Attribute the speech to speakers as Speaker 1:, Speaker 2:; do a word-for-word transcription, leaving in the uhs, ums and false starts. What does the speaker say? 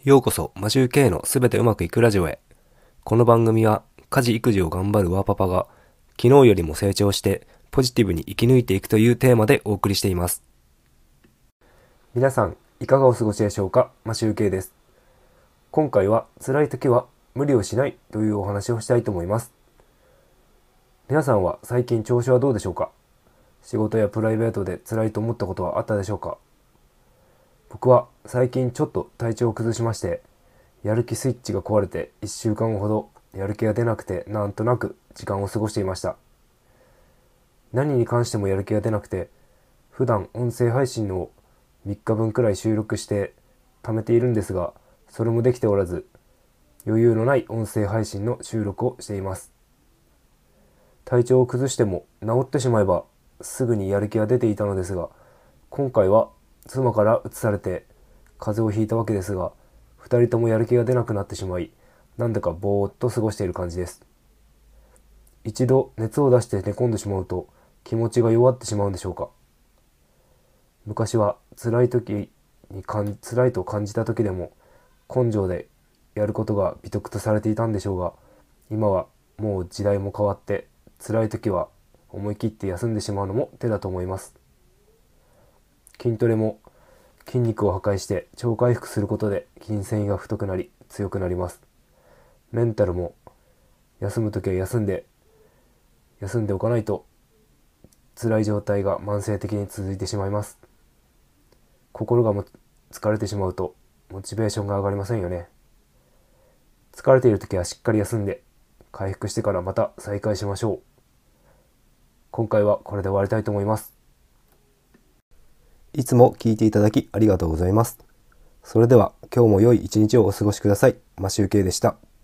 Speaker 1: ようこそマジュー K のすべてうまくいくラジオへ。この番組は家事育児を頑張るワーパパが昨日よりも成長してポジティブに生き抜いていくというテーマでお送りしています。皆さんいかがお過ごしでしょうか。マジュー K です。今回は辛い時は無理をしないというお話をしたいと思います。皆さんは最近調子はどうでしょうか。仕事やプライベートで辛いと思ったことはあったでしょうか。僕は最近ちょっと体調を崩しまして、やる気スイッチが壊れていっしゅうかんほどやる気が出なくて、なんとなく時間を過ごしていました。何に関してもやる気が出なくて、普段音声配信をみっかぶんくらい収録して貯めているんですが、それもできておらず、余裕のない音声配信の収録をしています。体調を崩しても治ってしまえばすぐにやる気が出ていたのですが、今回は妻から移されて風邪をひいたわけですが、ふたりともやる気が出なくなってしまい、なんだかぼーっと過ごしている感じです。一度熱を出して寝込んでしまうと気持ちが弱ってしまうんでしょうか。昔は辛い時にかん辛いと感じた時でも根性でやることが美徳とされていたんでしょうが、今はもう時代も変わって、辛い時は思い切って休んでしまうのも手だと思います。筋トレも筋肉を破壊して超回復することで筋繊維が太くなり強くなります。メンタルも休むときは休んで休んでおかないと辛い状態が慢性的に続いてしまいます。心がも疲れてしまうとモチベーションが上がりませんよね。疲れているときはしっかり休んで回復してからまた再開しましょう。今回はこれで終わりたいと思います。いつも聞いていただきありがとうございます。それでは今日も良い一日をお過ごしください。マシュウケイでした。